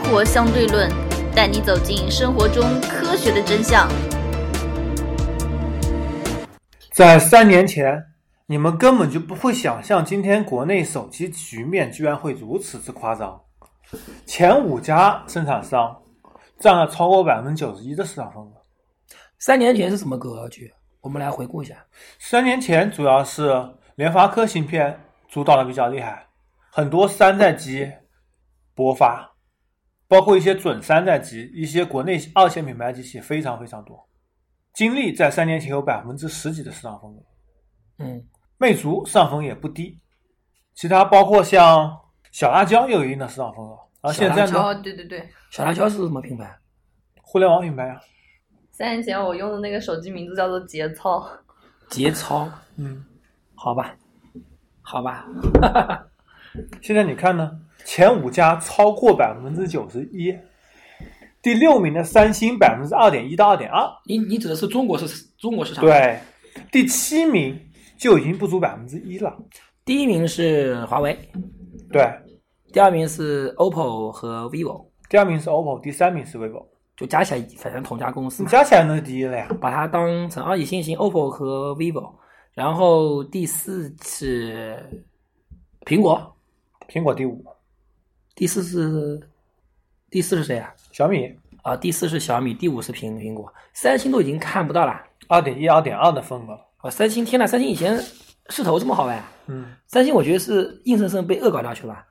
活相对论，带你走进生活中科学的真相。 在3年前，你们根本就不会想象今天国内手机局面居然会如此之夸张。前5家生产商占了超过91%的市场份额。 3年前是什么格局？我们来回顾一下。 3年前主要是联发科芯片主导的比较厉害，很多山寨机勃发，包括一些准山寨机，一些国内2线品牌机器非常非常多。金立在3年前有10%几的市场份额。魅族上分也不低，其他包括像小辣椒也有一定的市场份额。而现在呢， 对， 小辣椒是什么品牌？ 互联网品牌啊。 3年前我用的那个手机名字叫做节操。 节操，好吧。 现在你看呢，前5家超过91%，第6名的三星2.1%到2.2%。 你指的是中国市场？ 对，第7名就已经不足1%了。 第1名是华为， 对， 第2名是 OPPO 和 vivo， 第2名是 OPPO， 第3名是 vivo， 就加起来反正同家公司嘛， 加起来那是第一了呀。 把它当成以新型 OPPO 和 vivo， 然后第4是苹果第5， 第4是谁啊？ 小米啊，第4是小米，第5是苹果，三星都已经看不到了 ，2.1、2.2的份额。 三星，天哪，三星以前势头这么好哎。三星我觉得是硬生生被恶搞掉去了。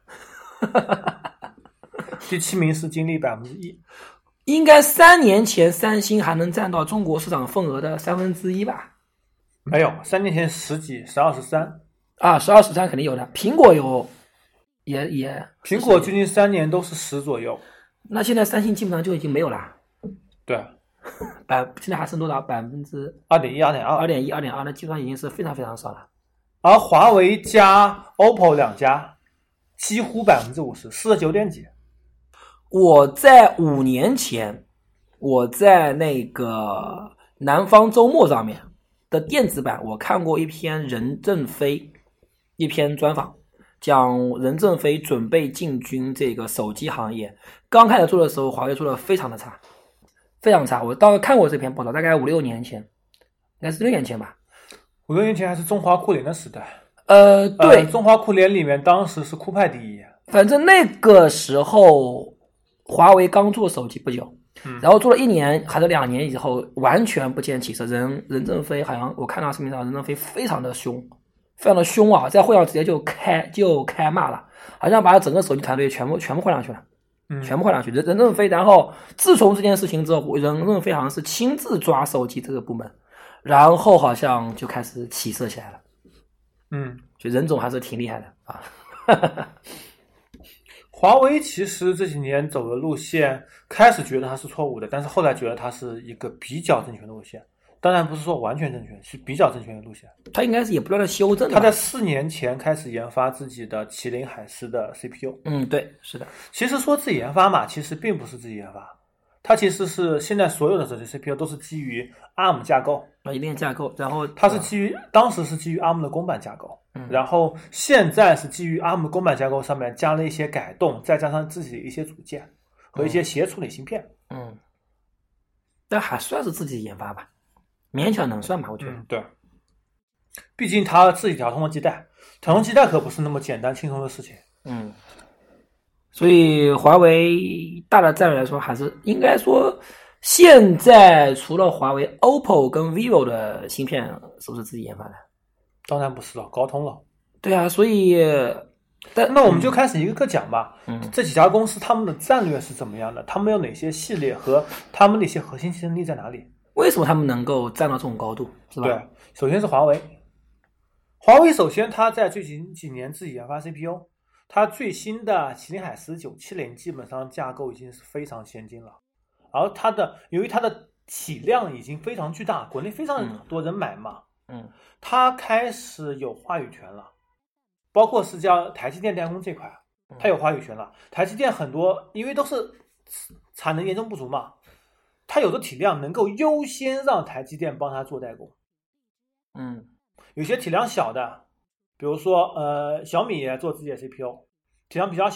第7名是金立1%。 应该3年前三星还能占到中国市场份额的1/3吧？ 没有，3年前10几，12、13 啊，12、13肯定有的。苹果有，也苹果最近3年都是10左右。 那现在三星基本上就已经没有了。 对， 现在还剩多少？2.1、 2.2。 2.1、2.2，那基本上已经是非常非常少了。 而华为加 OPPO 2家几乎50%，49点几。 我在5年前，我在那个南方周末上面的电子版，我看过一篇任正非一篇专访，讲任正非准备进军这个手机行业。刚开始做的时候，华为做的非常的差，非常差。我当时看过这篇报道，大概5、6年前，应该是6年前吧。 5、6年前还是中华酷联的时代。 对， 中华酷联里面当时是酷派第一。 反正那个时候华为刚做手机不久，然后做了1年还是2年以后，完全不见起色。任正非好像我看到视频上，任正非非常的凶啊，在会上直接就开骂了，好像把整个手机团队全部换上去了。全部换上去。任正非，然后自从这件事情之后，任正非好像是亲自抓手机这个部门，然后好像就开始起色起来了。就任总还是挺厉害的啊。 华为其实这几年走的路线，开始觉得它是错误的，但是后来觉得它是一个比较正确的路线。当然不是说完全正确，是比较正确的路线。 它应该是也不断的修正。 它在4年前开始研发自己的麒麟海思的 CPU。 对，是的。 其实说自己研发嘛，其实并不是自己研发，它其实是现在所有的这些 CPU 都是基于 ARM 架构， 一定架构，然后它是当时是基于 ARM 的公版架构，然后现在是基于 ARM 的公版架构上面加了一些改动，再加上自己的一些组件和一些协处理芯片。 但还算是自己研发吧，勉强能算吧，我觉得。 对，毕竟它自己调通了基带，调通基带可不是那么简单轻松的事情。 所以华为大的战略来说，还是应该说，现在除了华为 ，OPPO 跟 vivo 的芯片是不是自己研发的？ 当然不是了，高通了。 对啊，所以那我们就开始一个个讲吧。这几家公司他们的战略是怎么样的？他们有哪些系列和他们的一些核心竞争力在哪里？ 为什么他们能够站到这种高度？是吧？ 对，首先是华为。华为首先它在最近几年自己研发 CPU， 它最新的麒麟海思970基本上架构已经是非常先进了，而由于它的体量已经非常巨大，国内非常多人买嘛，它开始有话语权了，包括是叫台积电代工这块，它有话语权了。台积电很多因为都是产能严重不足嘛，它有的体量能够优先让台积电帮它做代工。有些体量小的，比如说小米也做自己的 CPU， 体量比较小，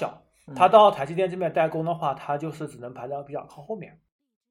它到台积电这边代工的话，它就是只能排到比较靠后面。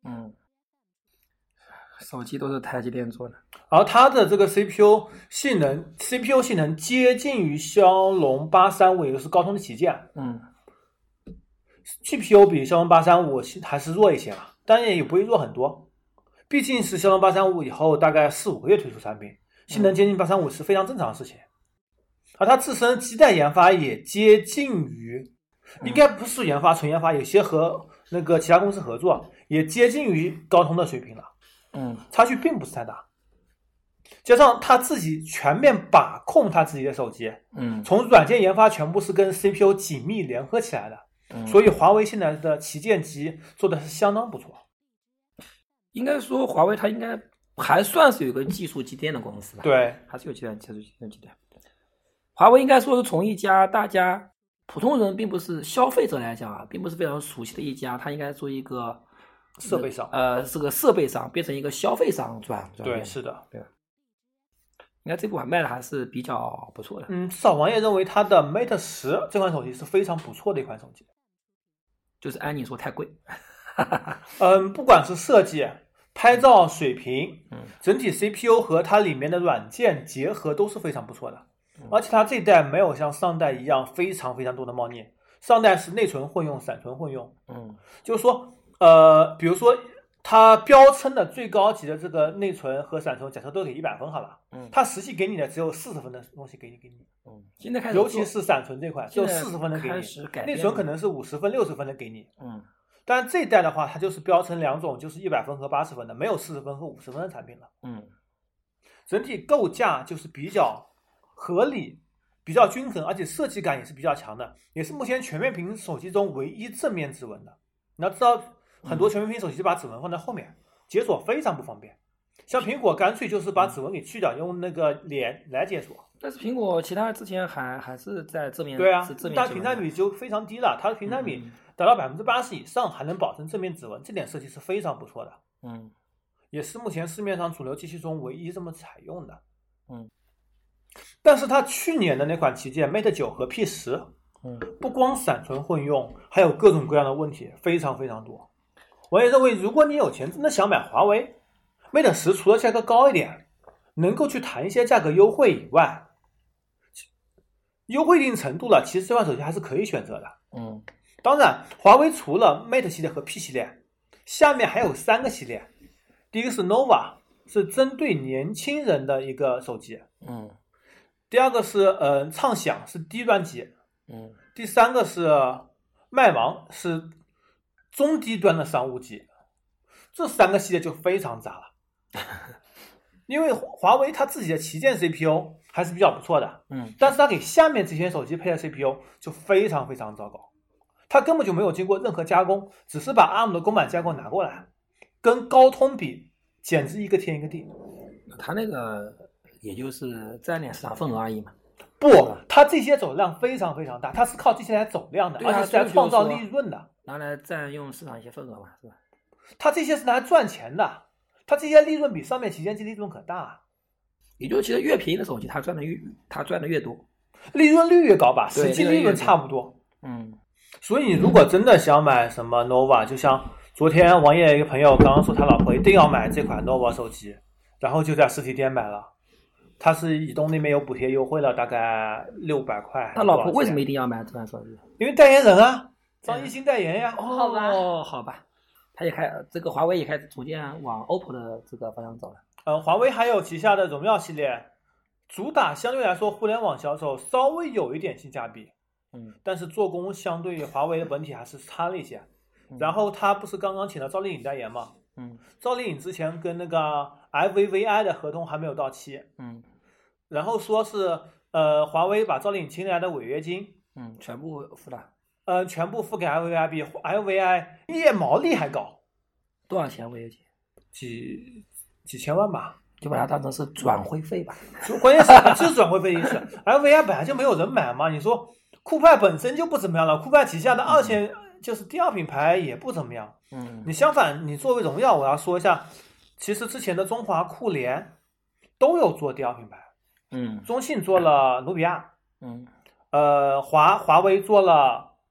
手机都是台积电做的， 而它的这个 CPU 性能接近于骁龙835，也就是高通的旗舰。GPU 比骁龙835还是弱一些嘛，当然也不会弱很多，毕竟是骁龙835以后大概4-5个月推出产品，性能接近835是非常正常的事情。而它自身基带研发也接近于，应该不是纯研发，有些和那个其他公司合作，也接近于高通的水平了。差距并不是太大。加上他自己全面把控他自己的手机，从软件研发全部是跟 CPU 紧密联合起来的，所以华为现在的旗舰机做的是相当不错。 应该说华为它应该还算是有个技术积淀的公司吧？ 对， 还是有积淀。华为应该说是从一家大家普通人并不是消费者来讲并不是非常熟悉的一家，它应该做一个设备商， 这个设备商变成一个消费商转对，是的， 对。应该这款卖的还是比较不错的。 至少王爷认为它的 Mate 10这款手机是非常不错的一款手机， 就是按你说太贵。 不管是设计、拍照水平，整体 CPU 和它里面的软件结合都是非常不错的。而且它这一代没有像上代一样非常非常多的猫腻，上代是内存混用、闪存混用。就是说，比如说它标称的最高级的这个内存和闪存，假设都给100分好了，它实际给你的只有40分的东西给你。 现在开始， 尤其是闪存这块，只有40分的给你，内存可能是50分、60分的给你。但这一代的话，它就是标称两种，就是100分和80分的，没有40分和50分的产品了。整体构架就是比较合理、比较均衡，而且设计感也是比较强的，也是目前全面屏手机中唯一正面指纹的。你要知道，很多全面屏手机就把指纹放在后面，解锁非常不方便。像苹果干脆就是把指纹给去掉，用那个脸来解锁。 但是苹果其他之前还是在正面， 对啊，但屏屏占比就非常低了，它的屏占比达到80%以上，还能保证正面指纹，这点设计是非常不错的。也是目前市面上主流机器中唯一这么采用的。但是它去年的那款旗舰 Mate 9和 P10，不光闪存混用，还有各种各样的问题，非常非常多。我也认为，如果你有钱真的想买华为 Mate 10，除了价格高一点，能够去谈一些价格优惠以外，优惠一定程度了，其实这款手机还是可以选择的。当然，华为除了 Mate 系列和 P 系列，下面还有3个系列。第一个是 Nova， 是针对年轻人的一个手机。第二个是畅享，是低端机。第三个是麦芒，是中低端的商务机。这3个系列就非常杂了。因为华为它自己的旗舰 CPU 还是比较不错的，但是它给下面这些手机配的 CPU 就非常非常糟糕，它根本就没有经过任何加工，只是把 ARM 的公版架构拿过来，跟高通比简直一个天一个地。 它那个也就是占点市场份额而已嘛。 不，它这些走量非常非常大，它是靠这些来走量的，而且是来创造利润的， 拿来占用市场一些份额嘛，是吧？ 它这些是拿来赚钱的，它这些利润比上面旗舰机利润可大。 也就其实越便宜的手机，它赚的越多， 利润率越高吧，实际利润差不多。所以你如果真的想买什么 Nova， 就像昨天王爷一个朋友刚刚说他老婆一定要买这款 Nova 手机，然后就在实体店买了。他是移动那边有补贴优惠了，大概600块。 他老婆为什么一定要买这款手机？ 因为代言人啊，张艺兴代言呀。 好吧，他也这个华为也开始逐渐往 OPPO 的这个方向走了。 华为还有旗下的荣耀系列，主打相对来说互联网销售稍微有一点性价比，但是做工相对于华为的本体还是差了一些。然后他不是刚刚请了赵丽颖代言吗？赵丽颖之前跟那个 FVVI 的合同还没有到期，然后说是华为把赵丽颖请来的违约金， 全部付了， 全部付给 FVI， 比 FVI 业毛利还高。 多少钱违约金？ 几千万吧， 就把它当成是转会费吧。 关键是就是转会费意思。FVI 本来就没有人买嘛，你说酷派本身就不怎么样了，酷派旗下的2线就是第2品牌也不怎么样。你相反，你作为荣耀，我要说一下，其实之前的中华酷联都有做第2品牌。中信做了努比亚，华为做了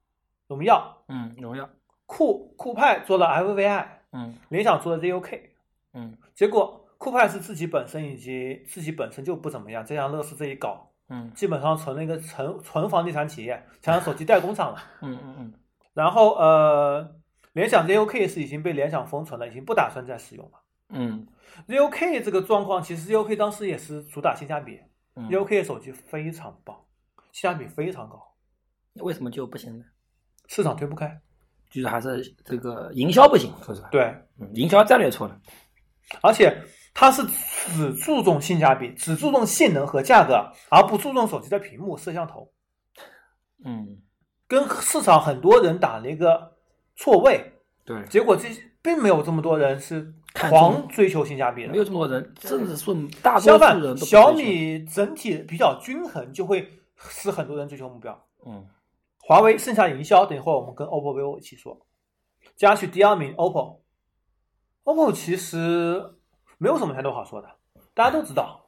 荣耀， 荣耀， 酷派做了 FVI， 联想做了 ZOK， 结果酷派是自己本身就不怎么样，加上乐视这一搞，基本上成了一个纯房地产企业，成了手机代工厂了。然后联想 ZOK 是已经被联想封存了，已经不打算再使用了。ZOK 这个状况，其实 ZOK 当时也是主打性价比，ZOK 的手机非常棒，性价比非常高。 为什么就不行呢？ 市场推不开， 就是还是这个营销不行，说实话。 对， 营销战略错了。 而且它是只注重性价比，只注重性能和价格，而不注重手机的屏幕、摄像头。跟市场很多人打了一个错位。 对， 结果并没有这么多人是狂追求性价比的， 没有这么多人，甚至说大多数人都不追求。 小米整体比较均衡，就会使很多人追求目标。华为剩下营销，等一会儿我们跟 OPPO、vivo 一起说。接下去第二名 OPPO 其实没有什么太多好说的，大家都知道，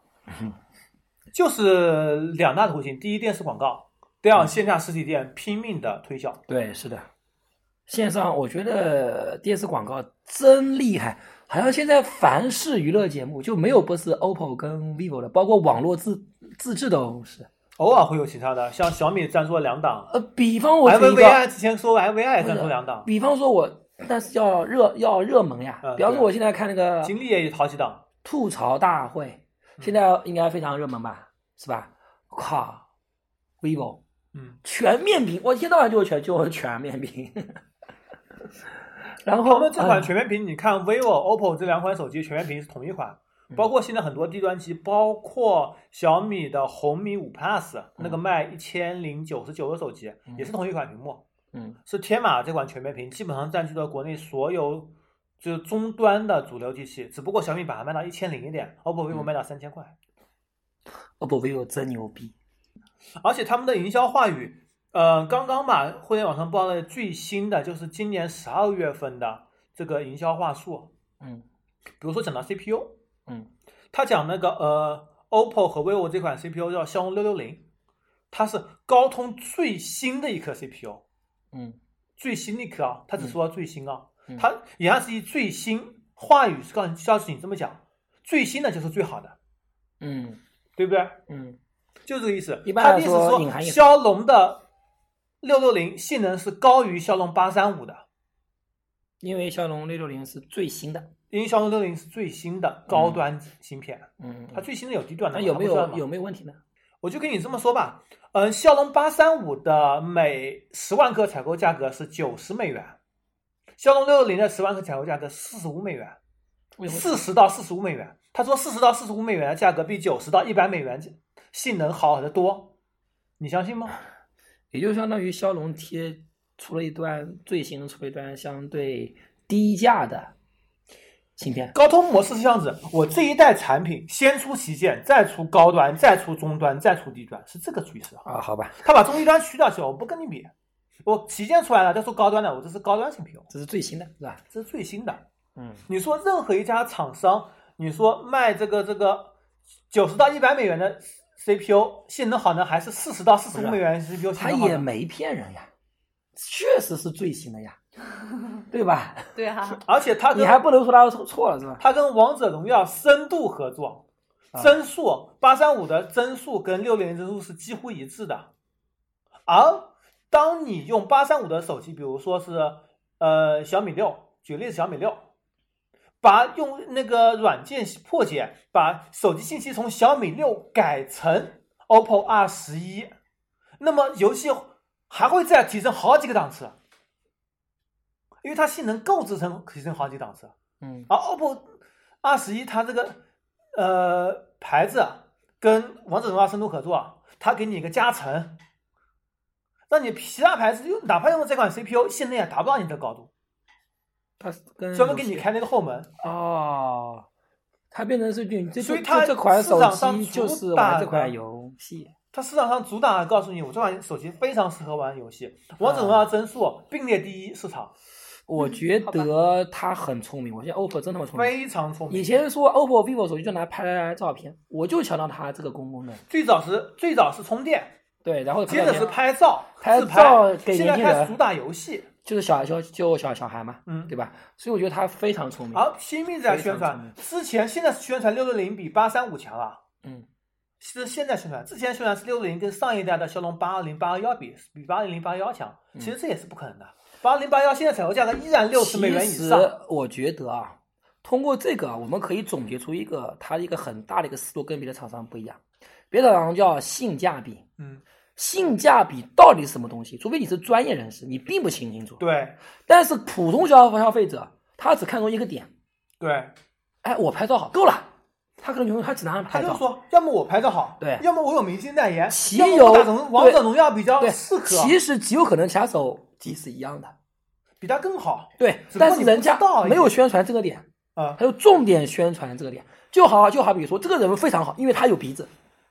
就是两大途径：第一，电视广告；第二，线下实体店拼命的推销。 对，是的。线上我觉得电视广告真厉害，好像现在凡是娱乐节目就没有不是 OPPO 跟 vivo 的，包括网络自制的都是。 偶尔会有其他的，像小米赞助了2档。 比方我 FVI 之前说 FVI 赞助2档。 比方说但是要热门呀。比方说我现在看那个金立也有好几档。 吐槽大会，现在应该非常热门吧？是吧？靠 ，vivo，全面屏，我一天到晚就是全面屏。然后这款全面屏，你看 vivo、OPPO 这2款手机全面屏是同一款。包括现在很多低端机，包括小米的红米5 Plus，那个卖1099的手机，也是同一款屏幕。是天马这款全面屏，基本上占据了国内所有就是终端的主流机器，只不过小米把它卖到1000一点，OPPO、vivo 卖到3000块。 OPPO、vivo 真牛逼， 而且他们的营销话语，刚刚把互联网上报的最新的，就是今年12月份的这个营销话术。比如说讲到 CPU。他讲那个OPPO 和 vivo 这款 CPU 叫骁龙660，它是高通最新的一颗 CPU，最新的一颗啊，他只说最新啊，他言下之意最新，话语是告诉你这么讲，最新的就是最好的，对不对？就这个意思。他的意思说骁龙的660性能是高于骁龙835的， 因为骁龙660是最新的。 因为骁龙660是最新的高端芯片，它最新的有低端的， 那有没有问题呢？ 我就跟你这么说吧，骁龙835的每10万颗采购价格是90美元，骁龙660的10万颗采购价格45美元，40到45美元。他说40到45美元的价格比90到100美元性能好得多，你相信吗？ 也就相当于骁龙出了一段相对低价的芯片。 高通模式是这样子，我这一代产品先出旗舰，再出高端，再出中端，再出低端，是这个趋势啊。 好吧， 他把中低端去掉去了，我不跟你比，我旗舰出来了再出高端的，我这是高端芯片， 这是最新的，是吧？ 这是最新的。你说任何一家厂商，你说卖这个90到100美元的 CPU 性能好呢，还是40到45美元的 CPU 性能好呢？ 他也没骗人呀，确实是最新的呀。对吧？ 对啊， 而且你还不能说他错了是吧？ 他跟王者荣耀深度合作，帧数835的帧数跟660帧数是几乎一致的。而当你用835的手机，比如说是小米6，举例子小米6，用那个软件破解，把手机信息从小米6改成 OPPO R11，那么游戏还会再提升好几个档次。因为它性能够支撑提升好几档次，而 OPPO R11它这个牌子跟王者荣耀深度合作，它给你一个加成，让你其他牌子哪怕用了这款 CPU 性能也达不到你的高度， 它专门给你开那个后门哦，它变成是所以它这款手机就是玩这款游戏。 它市场上主打告诉你，我这款手机非常适合玩游戏，王者荣耀帧数并列第一市场。 我觉得他很聪明，我现在 OPPO 真他妈聪明， 非常聪明。 以前说 OPPO、vivo 手机就拿拍照片，我就强调它这个功能。 最早是充电， 对，然后接着是拍照， 拍自照给现年轻人在开始主打游戏， 就是小孩嘛， 嗯， 对吧？所以我觉得他非常聪明。 而新密在宣非常聪传，现在是宣传660比835强了。是现在宣传，之前宣传是660跟上一代的骁龙820、821比800、821强，其实这也是不可能的。820、821现在采购价格依然$60以上。 其实我觉得啊，通过这个我们可以总结出它一个很大的一个思路，跟别的厂商不一样。别的厂商叫性价比，性价比到底是什么东西？除非你是专业人士，你并不清楚。 对， 但是普通消费者，他只看重一个点。 对， 哎，我拍照好够了。他可能他只拿拍照， 他就说，要么我拍照好， 对， 要么我有明星代言， 要么我打王者荣耀比较适合。 其实极有可能其他手机是一样的， 比他更好。 对，但是人家没有宣传这个点啊， 还有重点宣传这个点，就好比说这个人非常好，因为他有鼻子，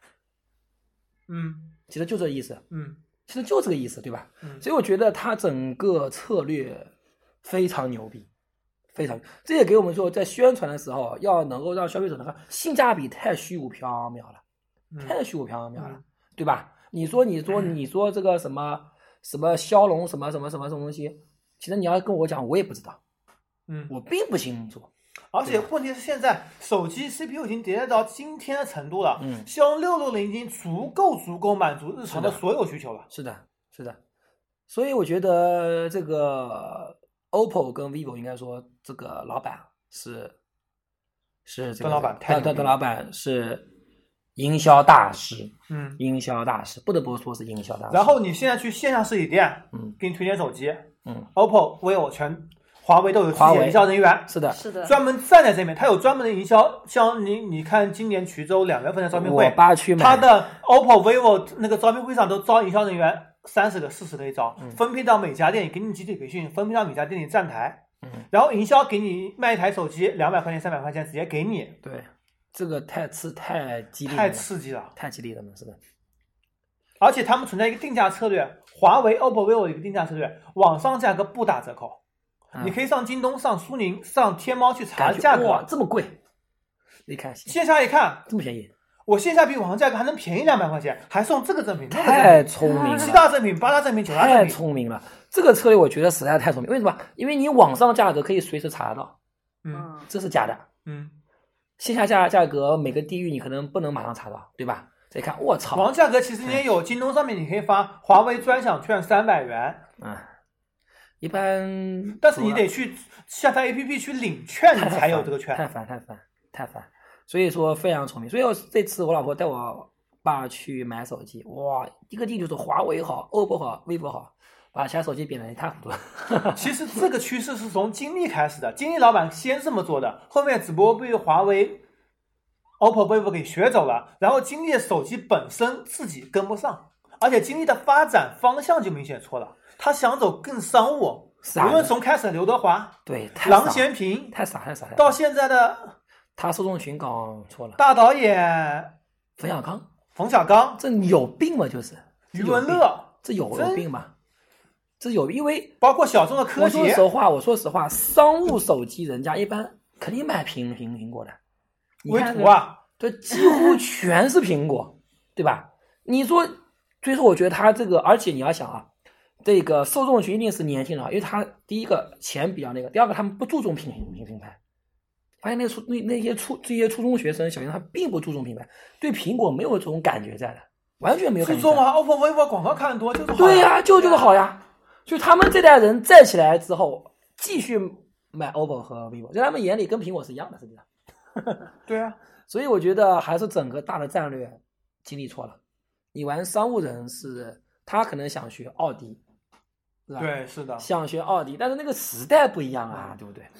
其实就这意思，其实就这个意思，对吧？所以我觉得他整个策略非常牛逼。非常，这也给我们说，在宣传的时候要能够让消费者看性价比太虚无缥缈了，太虚无缥缈了，对吧？你说这个什么骁龙什么东西，其实你要跟我讲，我也不知道，我并不清楚。 而且问题是现在手机 CPU 已经迭代到今天的程度了，骁龙660已经足够满足日常的所有需求了。 是的，所以我觉得这个。OPPO 跟 vivo 应该说，这个老板是这个邓老板是营销大师，营销大师不得不说是营销大师。 然后你现在去线下实体店，给你推荐手机，OPPO、vivo 华为都有自己的营销人员， 是的， 专门站在这边，他有专门的营销。像你看今年衢州2月份的招聘会，他的 OPPO、vivo 那个招聘会上都招营销人员。30个、40个一招，分配到每家店里给你集体培训，分配到每家店里站台，然后营销给你卖一台手机200块钱、300块钱直接给你。 对，这个太激励了， 太刺激了， 太激励了，是的。 而且他们存在一个定价策略，华为、OPPO、vivo 的一个定价策略，网上价格不打折扣，你可以上京东、上苏宁、上天猫去查价格。 哇，这么贵？一看线下一看这么便宜。 我线下比网上价格还能便宜200块钱，还送这个赠品， 太聪明了 ，7大赠品、8大赠品、9大赠品， 太聪明了。这个策略我觉得实在太聪明。为什么？因为你网上价格可以随时查得到，这是假的，线下价格每个地域你可能不能马上查到，对吧？再看，我操， 网上价格其实你也有，京东上面你可以发华为专享券300元， 一般， 但是你得去下载 APP 去领券，你才有这个券， 太烦。所以说非常聪明，所以这次我老婆带我爸去买手机，哇，一个劲就是华为好 ，OPPO 好 ，vivo 好，把其他手机贬得一塌糊涂。 其实这个趋势是从金立开始的，金立老板先这么做的，后面只不过被华为、OPPO、vivo 给学走了，然后金立的手机本身自己跟不上，而且金立的发展方向就明显错了，他想走更商务，无论从开始的刘德华、 对郎咸平， 太傻， 到现在的。 他受众群搞错了， 大导演冯小刚， 这有病吗？就是余文乐， 这有病吗？这有，因为包括小众的柯洁。 我说实话，商务手机人家一般肯定买苹果的， 微图啊， 对，几乎全是苹果，对吧？你说，所以说我觉得他这个，而且你要想啊，这个受众群一定是年轻人，因为他第一个钱比较那个，第二个他们不注重品牌。发现那些初中学生、小学生他并不注重品牌，对苹果没有这种感觉在的，完全没有感觉。 注重啊 ，OPPO、vivo 广告看得多就是好。 对呀，就是好呀。所以他们这代人站起来之后，继续买 OPPO 和 vivo，在他们眼里跟苹果是一样的，实际上。 对啊， 所以我觉得还是整个大的战略经历错了。你玩商务人士，他可能想学奥迪，是吧？ 对，是的， 想学奥迪，但是那个时代不一样啊，对不对？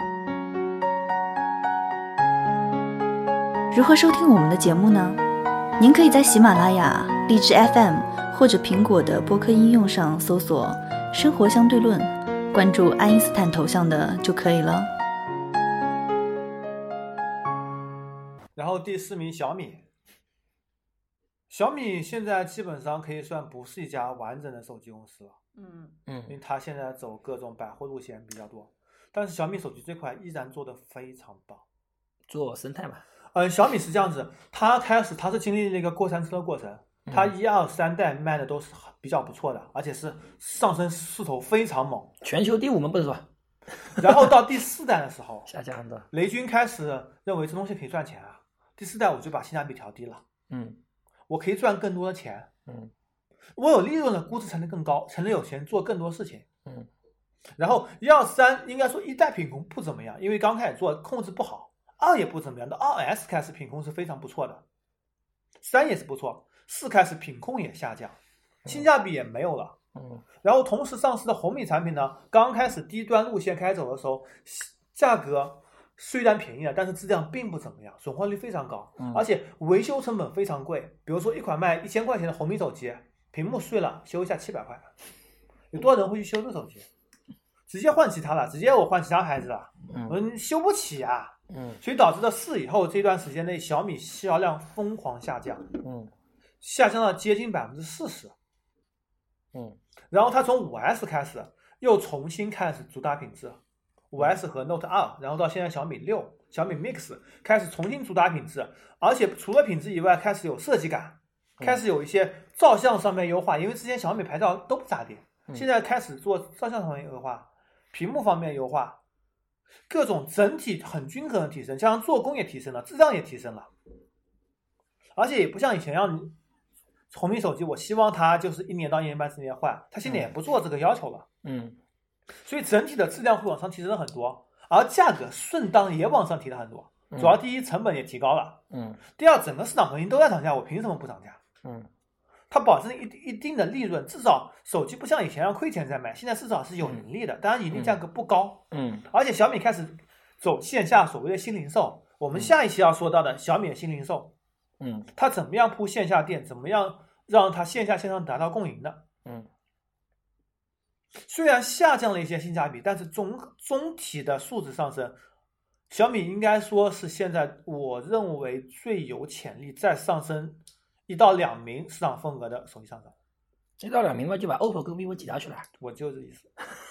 如何收听我们的节目呢？您可以在喜马拉雅、荔枝 FM 或者苹果的播客应用上搜索“生活相对论”，关注爱因斯坦头像的就可以了。 然后第4名小米，小米现在基本上可以算不是一家完整的手机公司了，因为它现在走各种百货路线比较多，但是小米手机这块依然做得非常棒， 做生态嘛。 小米是这样子，它是经历了一个过山车的过程，它1、2、3代卖的都是比较不错的，而且是上升势头非常猛， 全球第5嘛，不是说？ 然后到第4代的时候， 下降的， 雷军开始认为这东西可以赚钱啊，第4代我就把性价比调低了，我可以赚更多的钱，我有利润的估值才能更高，才能有钱做更多事情，然后1、2、3应该说1代品控不怎么样，因为刚开始做控制不好，2也不怎么样，到2S 开始品控是非常不错的，3也是不错，4开始品控也下降，性价比也没有了。然后同时上市的红米产品呢，刚开始低端路线开走的时候，价格虽然便宜了，但是质量并不怎么样，损坏率非常高，而且维修成本非常贵。比如说一款卖1000块钱的红米手机，屏幕碎了修一下700块，有多少人会去修这手机？直接换其他了，直接我换其他牌子了，修不起啊。所以导致了4以后这段时间内小米销量疯狂下降，下降了接近40%。然后它从5S 开始又重新开始主打品质，5S 和 Note 2，然后到现在小米6、小米 Mix 开始重新主打品质，而且除了品质以外，开始有设计感，开始有一些照相上面优化，因为之前小米拍照都不咋地，现在开始做照相上面优化，屏幕方面优化，各种整体很均衡的提升，加上做工也提升了，质量也提升了，而且也不像以前一样。红米手机，我希望它就是1年到1年半之间换，它现在也不做这个要求了。所以整体的质量会往上提升了很多，而价格顺当也往上提了很多。主要第一，成本也提高了。第二，整个市场环境都在涨价，我凭什么不涨价？它保证一定的利润，至少手机不像以前要亏钱在卖，现在至少是有盈利的，当然盈利价格不高。而且小米开始走线下所谓的新零售，我们下一期要说到的小米的新零售。它怎么样铺线下店，怎么样让它线下线上达到共赢的？虽然下降了一些性价比，但是总体的素质上升。小米应该说是现在我认为最有潜力再上升1到2名市场份额的手机厂商。 1到2名嘛，就把 OPPO 跟 vivo 挤下去了。 我就这意思。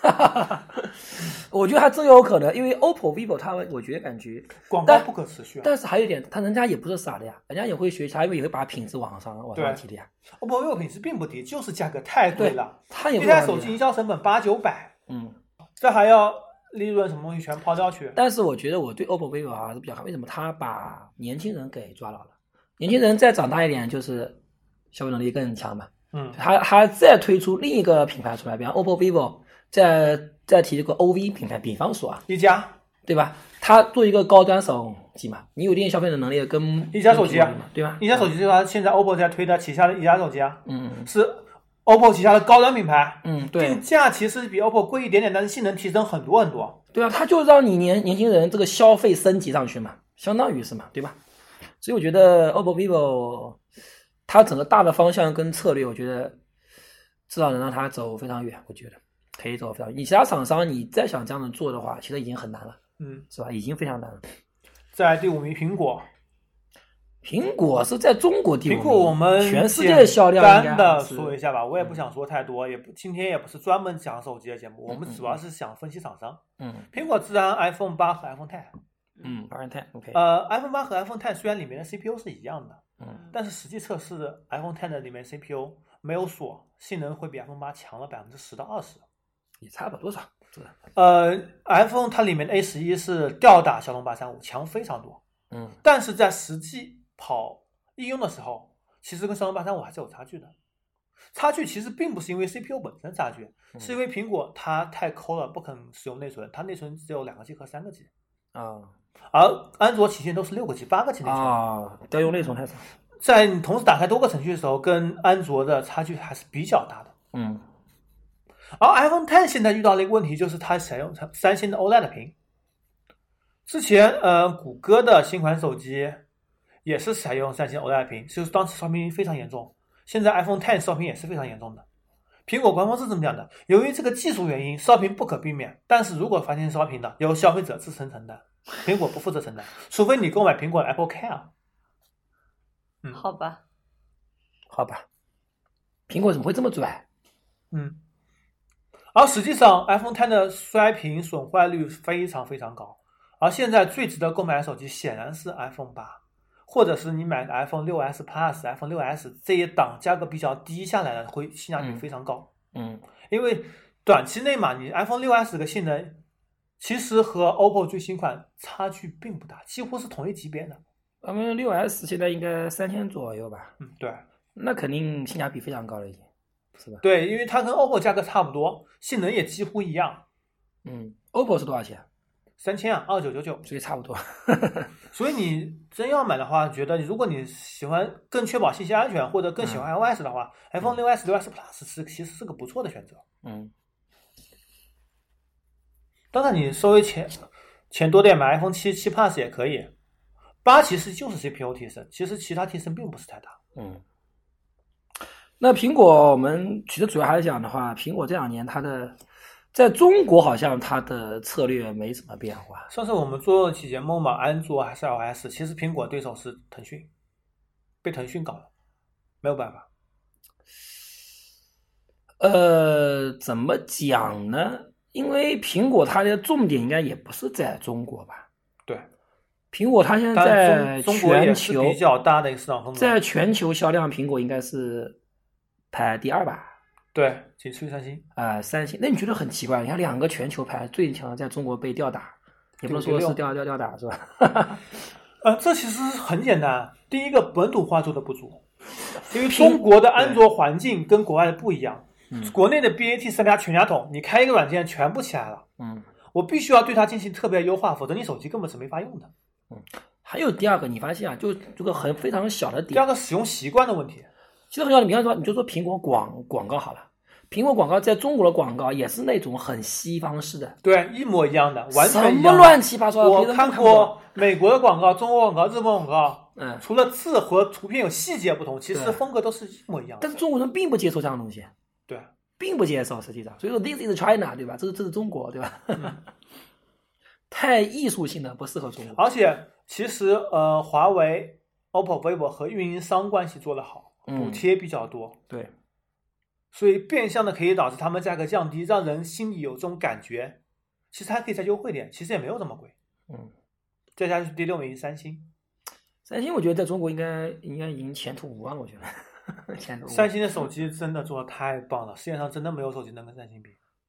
我觉得还真有可能，因为 OPPO、vivo 他们，我觉得感觉广告不可持续。 但是还有一点，人家也不是傻的呀，人家也会学习，也会把品质往上提的呀。 OPPO、vivo 品质并不低，就是价格太贵了。 他也一台手机营销成本800、900，这还要利润什么东西全抛掉去。 但是我觉得我对 OPPO、vivo 还是比较看，为什么他把年轻人给抓牢了？年轻人再长大一点，就是消费能力更强嘛。他再推出另一个品牌出来，比方 OPPO、vivo， 再提这个 OV 品牌，比方说一加， 对吧？他做一个高端手机嘛，你有一定消费的能力跟一加手机啊， 对吧？ 一加手机就是现在 OPPO 在推的旗下的一加手机啊，是 OPPO 旗下的高端品牌， 对， 定价其实比 OPPO 贵一点点，但是性能提升很多很多。 对啊，它就让你年轻人这个消费升级上去嘛，相当于是嘛，对吧？所以我觉得 OPPO、vivo 它整个大的方向跟策略，我觉得至少能让它走非常远，我觉得可以走非常远。你其他厂商你再想这样子做的话，其实已经很难了，是吧？已经非常难了。 在第5名，苹果。 苹果是在中国第5名， 苹果我们全世界销量简单的说一下吧，我也不想说太多，今天也不是专门讲手机的节目，我们主要是想分析厂商。苹果自然 iPhone 8和 iPhone X。iPhone X。iPhone 8和 iPhone X 虽然里面的 CPU 是一样的，但是实际测试的 iPhone X 的里面 CPU 没有锁，性能会比 iPhone 8强了10%到20%， 也差不多少。 iPhone 它里面的 A11是吊打骁龙835，强非常多。但是在实际跑应用的时候，其实跟骁龙835还是有差距的。差距其实并不是因为 CPU 本身差距，是因为苹果它太抠了，不肯使用内存，它内存只有2个 G 和3个 G。而安卓旗舰都是6个 G、8个 G 内存调用内存太少。 在你同时打开多个程序的时候，跟安卓的差距还是比较大的。而 iPhone X 现在遇到了一个问题，就是它采用三星的 OLED 屏。之前谷歌的新款手机也是采用三星 OLED 屏，就是当时烧屏非常严重。现在 iPhone X 烧屏也是非常严重的。苹果官方是这么讲的，由于这个技术原因，烧屏不可避免，但是如果发现烧屏的，由消费者自身承担，苹果不负责承担，除非你购买苹果的 Apple Care。 好吧， 苹果怎么会这么拽？ 而实际上 iPhone X 的摔屏损坏率非常非常高，而现在最值得购买的手机显然是 iPhone 8， 或者是你买个 iPhone 6s Plus、iPhone 6s 这一档价格比较低下来的，会性价比非常高。因为短期内嘛，你 iPhone 6s 这个性能其实和 OPPO 最新款差距并不大，几乎是同一级别的。 iPhone 6s 现在应该3000左右吧？ 对，那肯定性价比非常高了，已经，是吧？ 对，因为它跟 OPPO 价格差不多，性能也几乎一样。 OPPO 是多少钱 ？3000啊，2999， 所以差不多。 所以你真要买的话，觉得如果你喜欢更确保信息安全或者更喜欢 iOS 的话，iPhone 6s、6s Plus 其实是个不错的选择。当然你稍微钱多点买 iPhone 7 Plus 也可以。8其实就是 CPU 提升，其实其他提升并不是太大。 那苹果我们其实主要还是讲的话，苹果这2年它的在中国好像它的策略没什么变化。 上次我们做期节目嘛，安卓还是 iOS， 其实苹果对手是腾讯，被腾讯搞了，没有办法。 怎么讲呢？因为苹果它的重点应该也不是在中国吧？ 对， 苹果它现在在中国也是比较大的一个市场份额， 在全球销量，苹果应该是排第2吧？ 对，仅次于三星。 三星，那你觉得很奇怪？你看2个全球排最强的在中国被吊打，也不能说是吊打是吧？ 这其实很简单。第一个，本土化做的不足，因为中国的安卓环境跟国外的不一样。国内的 BAT 3家全家桶，你开一个软件全部起来了。我必须要对它进行特别优化，否则你手机根本是没法用的。 还有第2个，你发现啊，就这个非常小的点。 第2个，使用习惯的问题。 其实很小，你比方说，你就说苹果广告好了，苹果广告在中国的广告也是那种很西方式的， 对，一模一样的，完全一样的。 什么乱七八糟的。 我看过美国的广告、中国广告、日本广告，除了字和图片有细节不同，其实风格都是一模一样的。 但是中国人并不接受这样的东西， 对， 并不接受，实际上，所以说 this is China， 对吧？这是中国，对吧？太艺术性的不适合中国。 而且其实华为、OPPO、vivo 和运营商关系做得好，补贴比较多， 对， 所以变相的可以导致他们价格降低，让人心里有这种感觉。其实还可以再优惠点，其实也没有这么贵。再加就是第6名三星。 三星我觉得在中国应该已经前途无望了，我觉得。 三星的手机真的做的太棒了，世界上真的没有手机能跟三星比。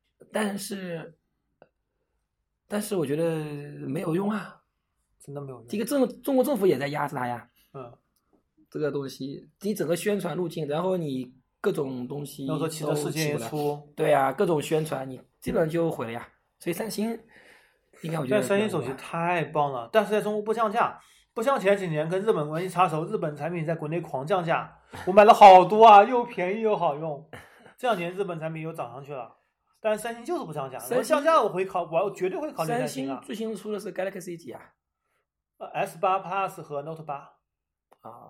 但是我觉得没有用啊， 真的没有用。 这个中国政府也在压制它呀。这个东西，你整个宣传路径，然后你各种东西都起了事件一出， 对啊，各种宣传，你基本上就毁了呀。所以三星，应该我觉得三星手机太棒了，但是在中国不降价，不像前几年跟日本关系插手，日本产品在国内狂降价，我买了好多啊，又便宜又好用。这2年日本产品又涨上去了，但是三星就是不降价。我降价我绝对会考虑三星啊。 最新出的是 Galaxy 几啊 ？S8 Plus 和 Note 8 啊，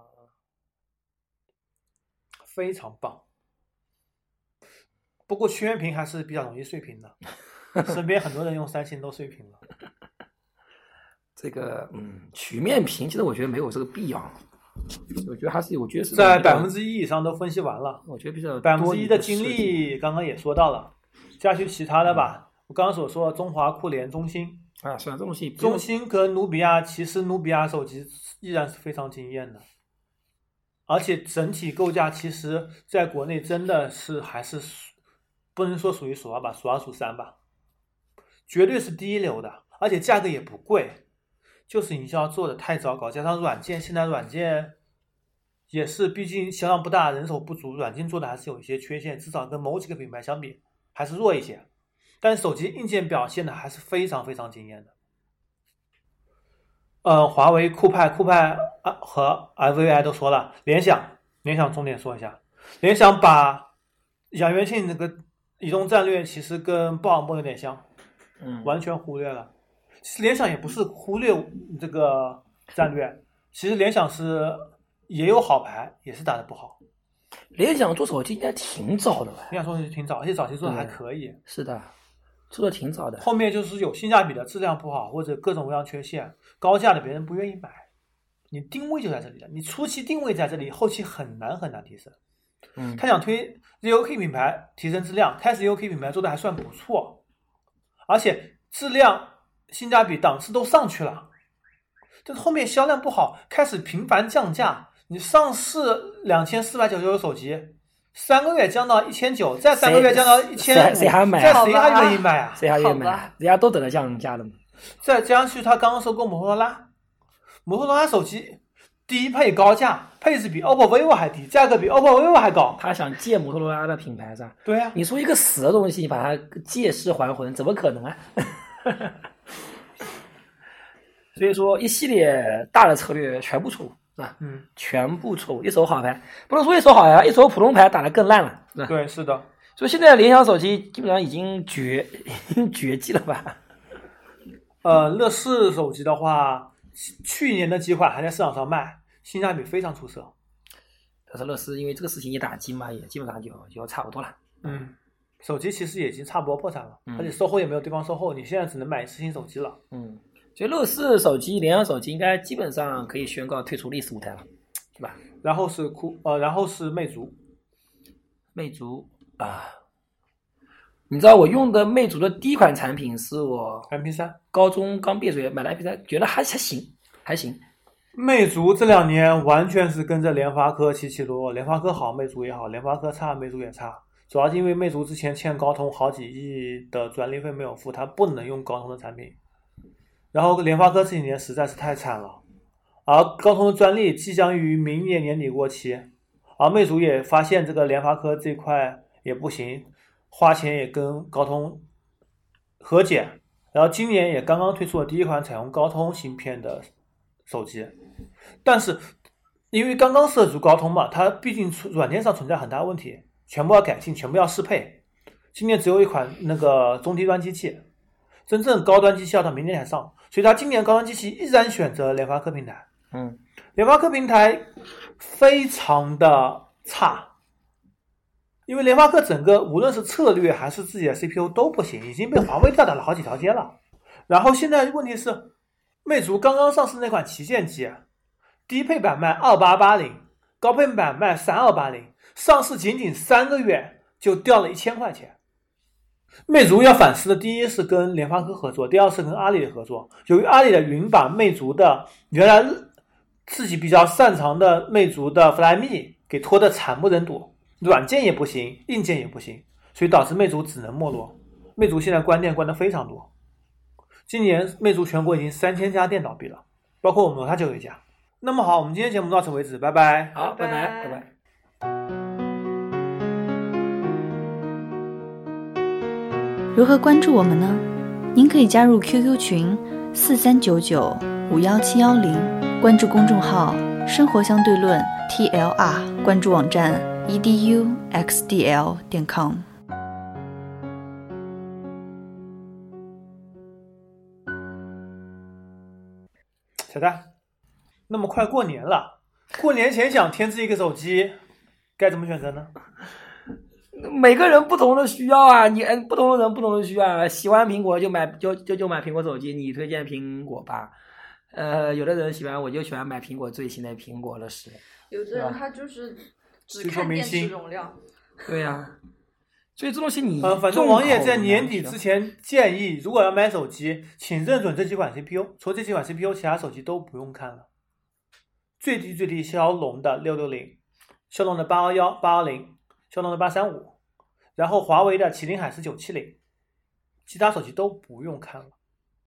非常棒。不过曲面屏还是比较容易碎屏的，身边很多人用三星都碎屏了。 这个曲面屏其实我觉得没有这个必要，我觉得是在1%以上都分析完了。 我觉得比较 1%的精力刚刚也说到了，加去其他的吧。我刚刚所说的中华酷联、中兴啊，算这东西。 中兴跟努比亚，其实努比亚手机依然是非常惊艳的，而且整体构架其实在国内真的是还是不能说属于数2吧，数2数3吧，绝对是第一流的，而且价格也不贵，就是营销做的太糟糕，加上软件，现在软件也是毕竟销量不大，人手不足，软件做的还是有一些缺陷，至少跟某几个品牌相比还是弱一些，但手机硬件表现的还是非常非常惊艳的。华为酷派和 FAI 都说了，联想重点说一下，联想把杨元庆这个移动战略其实跟鲍尔默有点像，完全忽略了。其实联想也不是忽略这个战略，其实联想是也有好牌，也是打得不好。 联想做手机应该挺早的吧？ 联想做手机挺早，而且早期做的还可以。 是的，做的挺早的。 后面就是有性价比的，质量不好或者各种各样缺陷，高价的别人不愿意买。你定位就在这里了，你初期定位在这里，后期很难提升。他想推 ZOK 品牌提升质量，开始 ZOK 品牌做的还算不错，而且质量、性价比、档次都上去了。 但是后面销量不好，开始频繁降价。你上市2499手机，3个月降到1900，再3个月降到1500， 谁还买？ 再谁还愿意买啊？ 谁还愿意买？人家都等着降价的嘛。 再加上去，他刚刚收购摩托罗拉，摩托罗拉手机低配高价，配置比 OPPO、vivo 还低，价格比 OPPO、vivo 还高。 他想借摩托罗拉的品牌噻。 对啊， 你说一个死的东西，你把它借尸还魂，怎么可能啊？所以说，一系列大的策略全部错误，是吧？全部错误，一手好牌，不能说一手好牌，一手普通牌打得更烂了，是吧？ 对，是的。 所以现在联想手机基本上已经绝迹了吧？ 乐视手机的话，去年的几款还在市场上卖，性价比非常出色。 但是乐视因为这个事情一打击嘛，也基本上就差不多了。 手机其实也已经差不多破产了，而且售后也没有地方售后，你现在只能买一次新手机了。 所以乐视手机、联想手机应该基本上可以宣告退出历史舞台了，是吧？ 然后是魅族。 魅族啊，你知道我用的魅族的第一款产品是我 MP3， 高中刚毕业买的 MP3，觉得还行。 魅族这2年完全是跟着联发科起起落落，联发科好，魅族也好；联发科差，魅族也差。主要是因为魅族之前欠高通好几亿的专利费没有付，它不能用高通的产品。然后联发科这几年实在是太惨了，而高通的专利即将于明年年底过期，而魅族也发现这个联发科这块也不行，花钱也跟高通和解，然后今年也刚刚推出了第一款采用高通芯片的手机，但是因为刚刚涉足高通嘛，它毕竟软件上存在很大问题，全部要改进，全部要适配。今年只有一款那个中低端机器，真正高端机器要到明年才上，所以它今年高端机器依然选择联发科平台。联发科平台非常的差，因为联发科整个无论是策略还是自己的 CPU 都不行，已经被华为吊打了好几条街了。然后现在问题是，魅族刚刚上市那款旗舰机，低配版卖2880，高配版卖3280，上市仅仅3个月就掉了1000块钱。魅族要反思的，第一是跟联发科合作，第二是跟阿里的合作。由于阿里的云把魅族的原来自己比较擅长的魅族的 Flyme 给拖得惨不忍睹，软件也不行，硬件也不行，所以导致魅族只能没落。魅族现在关店关得非常多，今年魅族全国已经3000家店倒闭了，包括我们它就有一家。那么好，我们今天节目到此为止，拜拜。 好，拜拜。 如何关注我们呢？您可以加入 QQ 群4399517110，关注公众号生活相对论 TLR， 关注网站 eduxdl.com。 小戴，那么快过年了，过年前想添置一个手机，该怎么选择呢？ 每个人不同的需要啊，你不同的人不同的需要啊。喜欢苹果就买苹果手机，你推荐苹果吧。有的人喜欢，我就喜欢买苹果最新的苹果10。 有的人他就是只看电池容量。 对呀，所以这东西你反正王爷在年底之前建议，如果要买手机，请认准这几款 CPU， 除了这几款 CPU， 其他手机都不用看了。最低骁龙的660，骁龙的811、820，骁龙的835，然后华为的麒麟海思970，其他手机都不用看了。